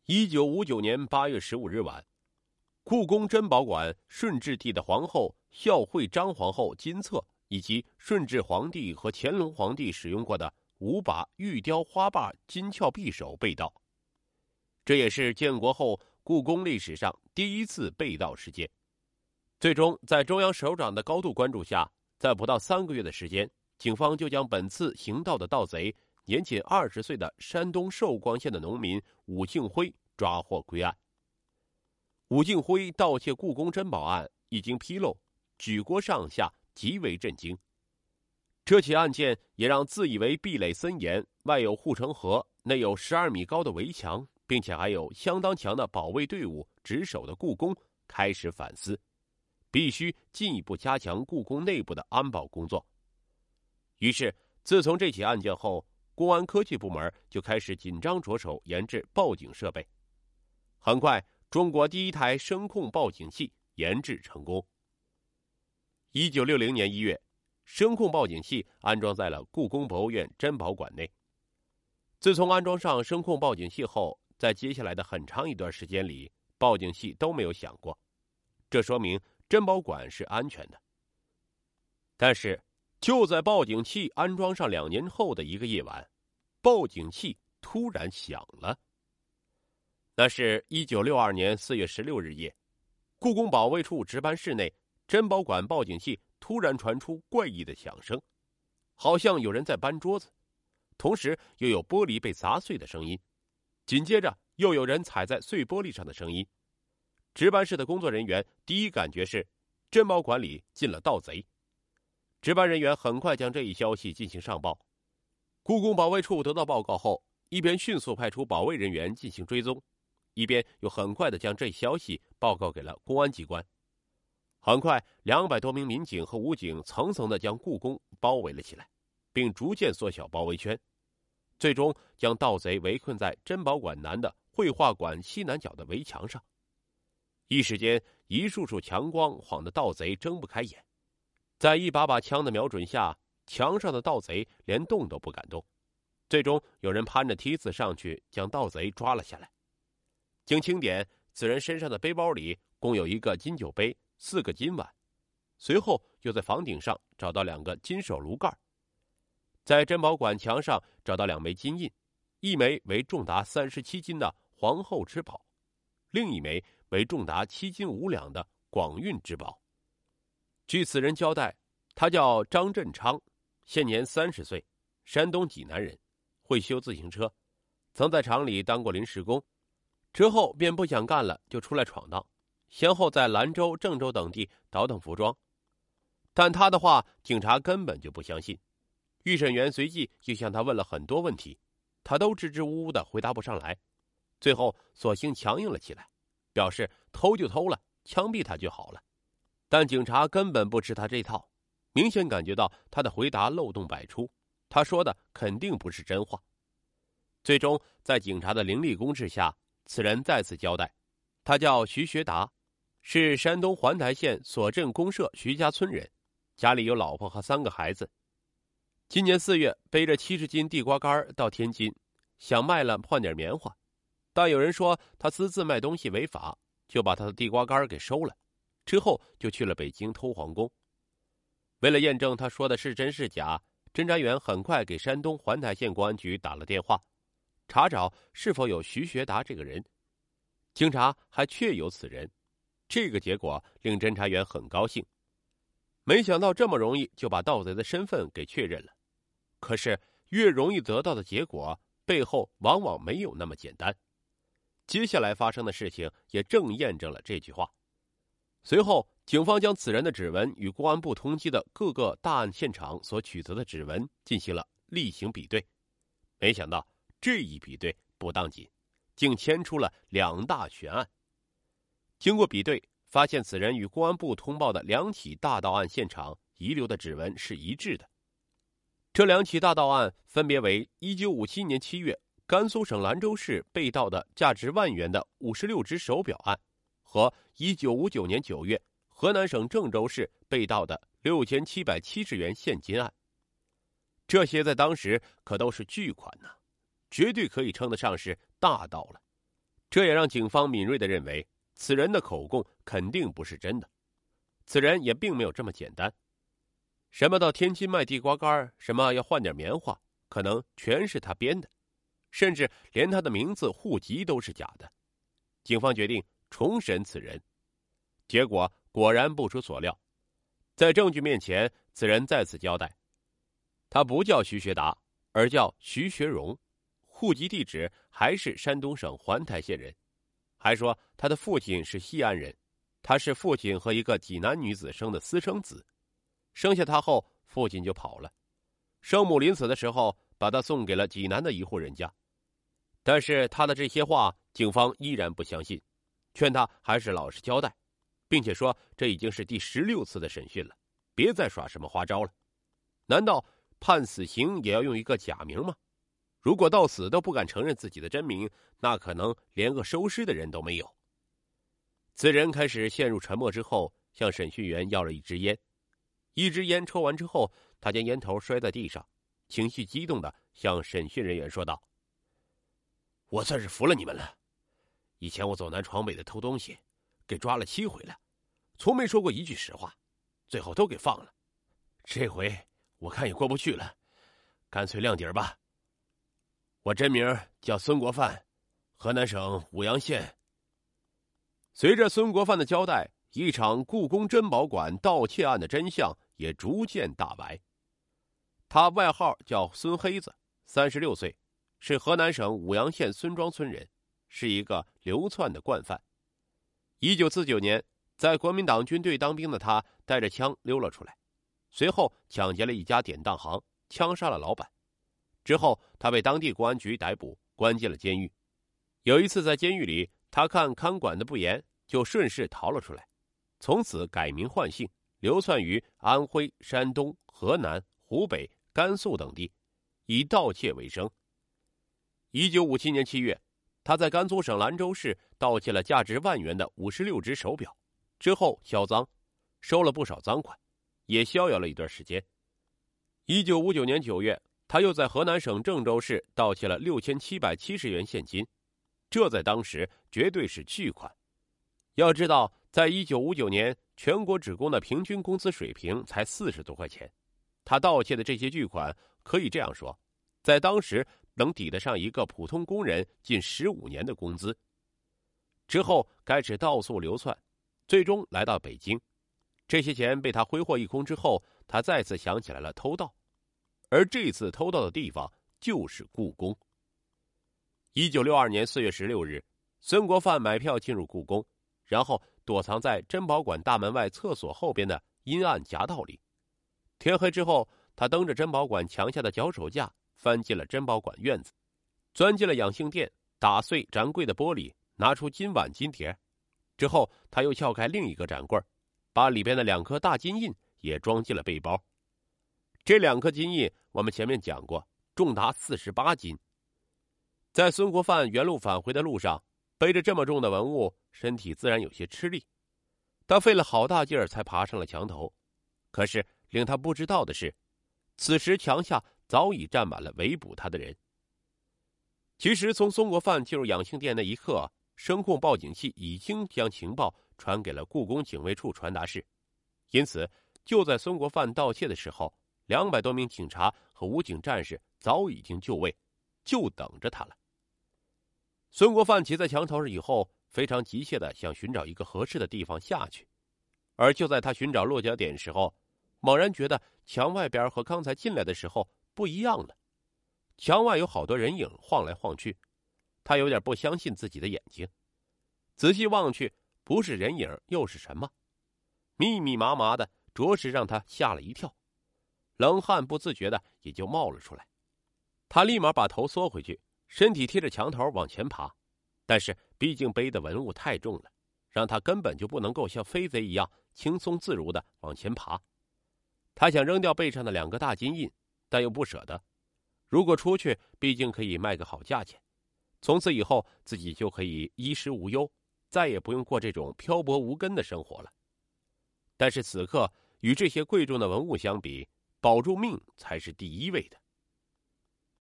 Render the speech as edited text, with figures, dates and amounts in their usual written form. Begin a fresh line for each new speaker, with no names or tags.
1959年8月15日晚，故宫珍宝馆顺治帝的皇后孝惠章皇后金册以及顺治皇帝和乾隆皇帝使用过的5把玉雕花把金鞘匕首被盗，这也是建国后故宫历史上第一次被盗事件。最终，在中央首长的高度关注下，在不到3个月的时间，警方就将本次行盗的盗贼年仅20岁的山东寿光县的农民武敬辉抓获归案。武敬辉盗窃故宫珍宝案一经披露，举国上下极为震惊。这起案件也让自以为壁垒森严、外有护城河、内有12米高的围墙，并且还有相当强的保卫队伍值守的故宫开始反思，必须进一步加强故宫内部的安保工作。于是，自从这起案件后，公安科技部门就开始紧张着手研制报警设备。很快，中国第一台声控报警器研制成功。1960年1月，声控报警器安装在了故宫博物院珍宝馆内。自从安装上声控报警器后，在接下来的很长一段时间里，报警器都没有响过，这说明珍宝馆是安全的。但是，就在报警器安装上2年后的一个夜晚，报警器突然响了。那是1962年4月16日夜，故宫保卫处值班室内，珍宝馆报警器突然传出怪异的响声，好像有人在搬桌子，同时又有玻璃被砸碎的声音，紧接着又有人踩在碎玻璃上的声音。值班室的工作人员第一感觉是珍宝馆里进了盗贼。值班人员很快将这一消息进行上报。故宫保卫处得到报告后，一边迅速派出保卫人员进行追踪，一边又很快地将这一消息报告给了公安机关。很快，200多名民警和武警层层地将故宫包围了起来，并逐渐缩小包围圈，最终将盗贼围困在珍宝馆南的绘画馆西南角的围墙上。一时间，一束束强光晃得盗贼睁不开眼，在一把把枪的瞄准下，墙上的盗贼连动都不敢动。最终有人攀着梯子上去将盗贼抓了下来。经清点，此人身上的背包里共有1个金酒杯、4个金碗，随后又在房顶上找到2个金手炉盖，在珍宝馆墙上找到2枚金印，一枚为重达37斤的皇后之宝，另一枚为重达7斤5两的广运之宝。据此人交代，他叫张振昌，现年30岁，山东济南人，会修自行车，曾在厂里当过临时工，之后便不想干了，就出来闯荡，先后在兰州、郑州等地倒腾服装。但他的话警察根本就不相信，预审员随即就向他问了很多问题，他都支支吾吾的回答不上来，最后索性强硬了起来，表示偷就偷了，枪毙他就好了。但警察根本不吃他这套，明显感觉到他的回答漏洞百出，他说的肯定不是真话。最终在警察的凌厉攻势下，此人再次交代，他叫徐学达，是山东环台县索镇公社徐家村人，家里有老婆和3个孩子。今年4月背着70斤地瓜干到天津，想卖了换点棉花，但有人说他私自卖东西违法，就把他的地瓜干给收了，之后就去了北京偷皇宫。为了验证他说的是真是假，侦查员很快给山东环台县公安局打了电话，查找是否有徐学达这个人。经查还确有此人，这个结果令侦查员很高兴，没想到这么容易就把盗贼的身份给确认了。可是越容易得到的结果，背后往往没有那么简单。接下来发生的事情也正验证了这句话。随后，警方将此人的指纹与公安部通缉的各个大案现场所取得的指纹进行了例行比对，没想到这一比对不当紧，竟牵出了2大悬案。经过比对，发现此人与公安部通报的2起大盗案现场遗留的指纹是一致的。这2起大盗案分别为1957年7月甘肃省兰州市被盗的价值万元的56只手表案，和1959年9月河南省郑州市被盗的6770元现金案。这些在当时可都是巨款呐，绝对可以称得上是大盗了。 这也让警方敏锐地认为，此人的口供肯定不是真的。此人也并没有这么简单，什么到天津卖地瓜干，什么要换点棉花，可能全是他编的，甚至连他的名字、户籍都是假的。警方决定重审此人，结果果然不出所料，在证据面前，此人再次交代，他不叫徐学达，而叫徐学荣，户籍地址还是山东省环台县人，还说他的父亲是西安人，他是父亲和一个济南女子生的私生子，生下他后父亲就跑了，生母临死的时候把他送给了济南的一户人家。但是他的这些话警方依然不相信，劝他还是老实交代，并且说这已经是第16次的审讯了，别再耍什么花招了。难道判死刑也要用一个假名吗？如果到死都不敢承认自己的真名，那可能连个收尸的人都没有。此人开始陷入沉默之后，向审讯员要了一支烟。一支烟抽完之后，他将烟头摔在地上，情绪激动地向审讯人员说道：“我算是服了你们了。以前我走南闯北的偷东西，给抓了7回了，从没说过一句实话，最后都给放了。这回我看也过不去了，干脆亮底儿吧。我真名叫孙国范，河南省舞阳县。”随着孙国范的交代，一场故宫珍宝馆盗窃案的真相也逐渐大白。他外号叫孙黑子，36岁，是河南省舞阳县孙庄村人，是一个流窜的惯犯。1949年，在国民党军队当兵的他带着枪溜了出来，随后抢劫了一家典当行，枪杀了老板。之后他被当地公安局逮捕，关进了监狱。有一次在监狱里，他看看管的不严，就顺势逃了出来，从此改名换姓，流窜于安徽、山东、河南、湖北、甘肃等地，以盗窃为生。1957年7月，他在甘肃省兰州市盗窃了价值1万元的56只手表，之后销赃，收了不少赃款，也逍遥了一段时间。1959年9月，他又在河南省郑州市盗窃了6770元现金，这在当时绝对是巨款。要知道，在1959年，全国职工的平均工资水平才40多块钱，他盗窃的这些巨款，可以这样说，在当时能抵得上一个普通工人近15年的工资。之后开始到处流窜，最终来到北京。这些钱被他挥霍一空之后，他再次想起来了偷盗，而这次偷盗的地方就是故宫。1962年4月16日，孙国范买票进入故宫，然后躲藏在珍宝馆大门外厕所后边的阴暗夹道里。天黑之后，他蹬着珍宝馆墙下的脚手架，翻进了珍宝馆院子，钻进了养性店，打碎展柜的玻璃，拿出金碗金碟。之后他又撬开另一个展柜，把里边的2颗大金印也装进了背包。这2颗金印我们前面讲过，重达48斤。在孙国范原路返回的路上，背着这么重的文物，身体自然有些吃力。他费了好大劲儿才爬上了墙头，可是令他不知道的是，此时墙下早已站满了围捕他的人。其实从孙国范进入养性店那一刻，声控报警器已经将情报传给了故宫警卫处传达室，因此就在孙国范盗窃的时候，200多名警察和武警战士早已经就位，就等着他了。孙国范骑在墙头上以后，非常急切地想寻找一个合适的地方下去，而就在他寻找落脚点时候，猛然觉得墙外边和刚才进来的时候不一样了。墙外有好多人影晃来晃去，他有点不相信自己的眼睛，仔细望去，不是人影又是什么？密密麻麻的，着实让他吓了一跳，冷汗不自觉的也就冒了出来。他立马把头缩回去，身体贴着墙头往前爬，但是毕竟背的文物太重了，让他根本就不能够像飞贼一样轻松自如的往前爬。他想扔掉背上的2个大金印，但又不舍得。如果出去，毕竟可以卖个好价钱，从此以后自己就可以衣食无忧，再也不用过这种漂泊无根的生活了。但是此刻与这些贵重的文物相比，保住命才是第一位的。